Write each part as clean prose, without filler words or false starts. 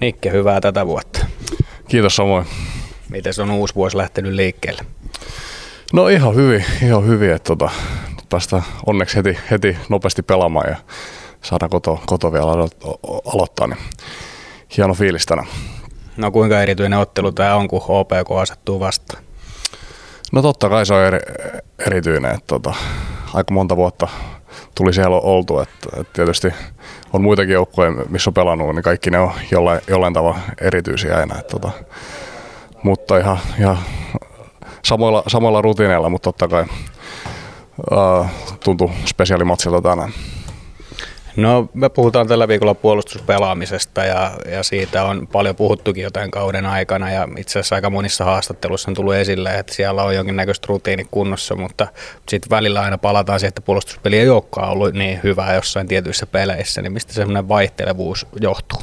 Nikke, hyvää tätä vuotta. Kiitos samoin. Miten on uusi vuosi lähtenyt liikkeelle? No ihan hyvin, että päästään onneksi heti nopeasti pelaamaan ja saadaan koto vielä aloittaa, niin hieno fiilis tänään. No kuinka erityinen ottelu tämä on, kun HPK asettuu vastaan? No totta kai se on erityinen, että aika monta vuotta tuli siellä oltu, että tietysti on muitakin joukkoja, missä on pelannut, niin kaikki ne on jollain tavalla erityisiä aina. Mutta ihan samoilla rutiineilla, mutta totta kai tuntui spesiaalimatsilta tänään. No me puhutaan tällä viikolla puolustuspelaamisesta ja siitä on paljon puhuttukin jotain kauden aikana ja itse asiassa aika monissa haastatteluissa on tullut esille, että siellä on jonkinnäköistä rutiini kunnossa, mutta sitten välillä aina palataan siihen, että puolustuspeli ei olekaan ollut niin hyvää jossain tietyissä peleissä, niin mistä semmoinen vaihtelevuus johtuu?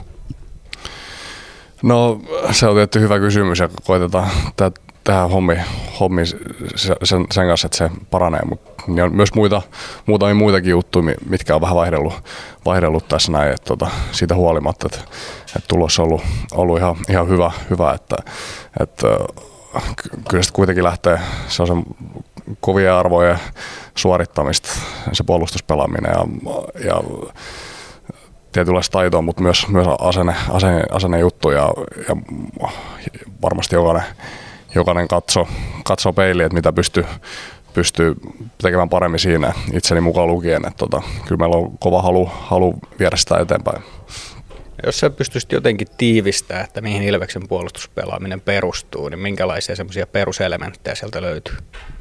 No se on tietty hyvä kysymys ja koitetaan tehdä hommi sen kanssa, että se paranee, mutta on myös muutamia muitakin juttuja, mitkä on vähän vaihdellut tässä näin, että siitä huolimatta, että tulos on ollut ihan hyvä että kyllä se kuitenkin lähtee, se on se kovia arvoja suorittamista, se puolustuspelaaminen ja tietynlaista taitoa, mutta myös asennejuttu ja varmasti jokainen katsoo peiliin, että mitä pystyy tekemään paremmin siinä itseni mukaan lukien. Että kyllä meillä on kova halu viedä sitä eteenpäin. Jos sä pystyisit jotenkin tiivistämään, että mihin Ilveksen puolustuspelaaminen perustuu, niin minkälaisia semmoisia peruselementtejä sieltä löytyy?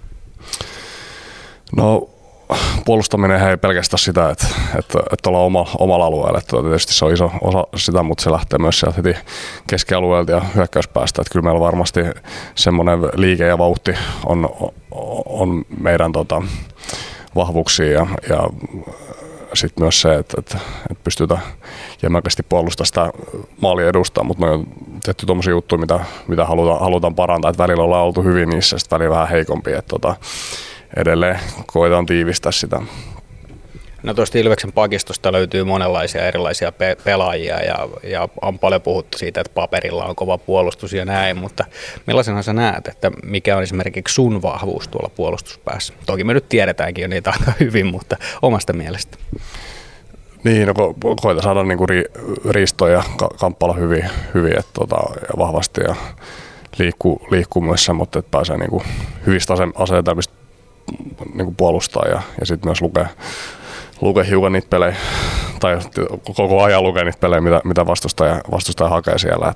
No puolustaminen ei pelkästään sitä, että ollaan omalla alueella. Että tietysti se on iso osa sitä, mutta se lähtee myös sieltä heti keskialueelta ja hyökkäyspäästä. Että kyllä meillä varmasti semmoinen liike ja vauhti on meidän vahvuuksia ja sitten myös se, että pystytään jämäkästi puolustamaan sitä maalia edustaa, mutta ne on tehty tuommoisia juttuja, mitä halutaan parantaa. Että välillä ollaan oltu hyvin niissä, sitten välillä vähän heikompi. Edelleen koetaan tiivistää sitä. No tuosta Ilveksen pakistosta löytyy monenlaisia erilaisia pelaajia ja on paljon puhuttu siitä, että paperilla on kova puolustus ja näin, mutta millaisena sä näet, että mikä on esimerkiksi sun vahvuus tuolla puolustuspäässä? Toki me nyt tiedetäänkin jo niitä aika hyvin, mutta omasta mielestä. Niin, no koita saada niinku riistoja ja kamppailla hyvin ja vahvasti ja liikkuu myös sen, mutta että pääsee niinku hyvistä asetelmista niinku puolustaa ja sitten myös lukee hiukan niitä pelejä, tai koko ajan lukee niitä pelejä, mitä vastustaja hakee siellä.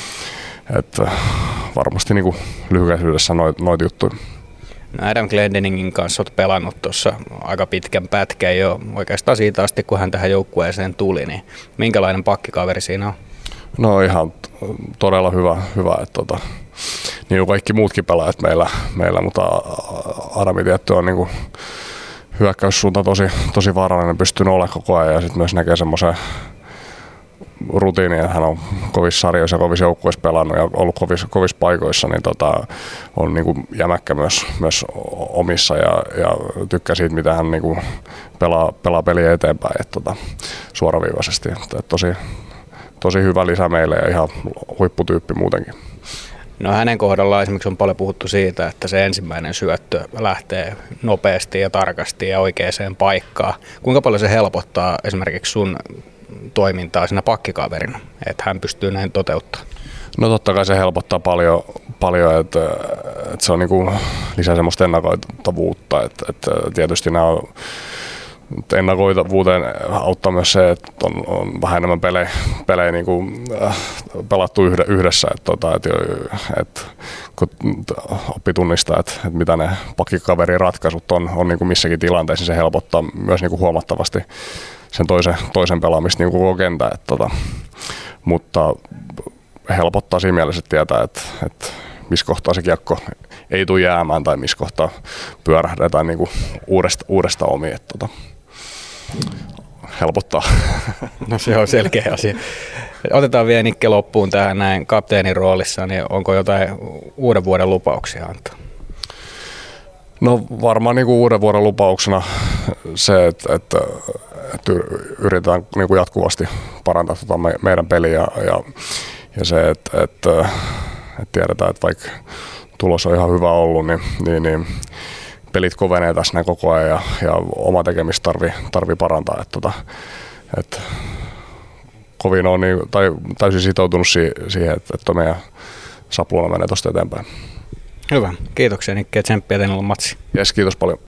Et varmasti niinku lyhykäisyydessä noita juttuja. No Adam Glendeningin kanssa olet pelannut tuossa aika pitkän pätkän jo oikeastaan siitä asti, kun hän tähän joukkueeseen tuli, niin minkälainen pakkikaveri siinä on? No ihan todella hyvä että niin kuin kaikki muutkin pelaajat meillä, mutta Adami tietty on niinku hyökkäyssuunta tosi vaarallinen, pystyy olemaan koko ajan ja sitten myös näkee semmoisen rutiinin, että hän on kovissa sarjoissa ja kovissa joukkueissa pelannut ja ollut kovissa paikoissa, niin on niinku jämäkkä myös omissa ja tykkää siitä, mitä hän niinku pelaa peliä eteenpäin suoraviivaisesti. Tosi hyvä lisä meille ja ihan huipputyyppi muutenkin. No hänen kohdallaan esimerkiksi on paljon puhuttu siitä, että se ensimmäinen syöttö lähtee nopeasti ja tarkasti ja oikeaan paikkaan. Kuinka paljon se helpottaa esimerkiksi sun toimintaa siinä pakkikaverina, että hän pystyy näin toteuttamaan? No totta kai se helpottaa paljon että se on niinku lisää semmoista ennakoitavuutta, että tietysti nämä on ennakoitavuuteen auttaa myös se, että on vähän enemmän pelejä niin kuin, pelattu yhdessä, että kun oppii tunnistaa, että mitä ne pakkikaverin ratkaisut on niin kuin missäkin tilanteessa, niin se helpottaa myös niin kuin huomattavasti sen toisen pelaamista niin kuin koko kentän. Mutta helpottaa siinä mielessä, että tietää, että missä kohtaa se kiekko ei tule jäämään tai missä kohtaa pyörähdetään niin kuin uudestaan omiin. Helpottaa. No se on selkeä asia. Otetaan vielä Nikke loppuun tähän näin kapteenin roolissa, niin onko jotain uuden vuoden lupauksia antaa? No varmaan niin kuin uuden vuoden lupauksena se, että yritetään niin kuin jatkuvasti parantaa meidän peliä ja se, että tiedetään, että vaikka tulos on ihan hyvä ollut, niin pelit kovenee tässä näin koko ajan ja oma tekemistä tarvii parantaa. Että kovin on tai täysin sitoutunut siihen, että meidän sapluuna menee tuosta eteenpäin. Hyvä. Kiitoksia Nikke ja tsemppiä teillä on matsi. Jes, kiitos paljon.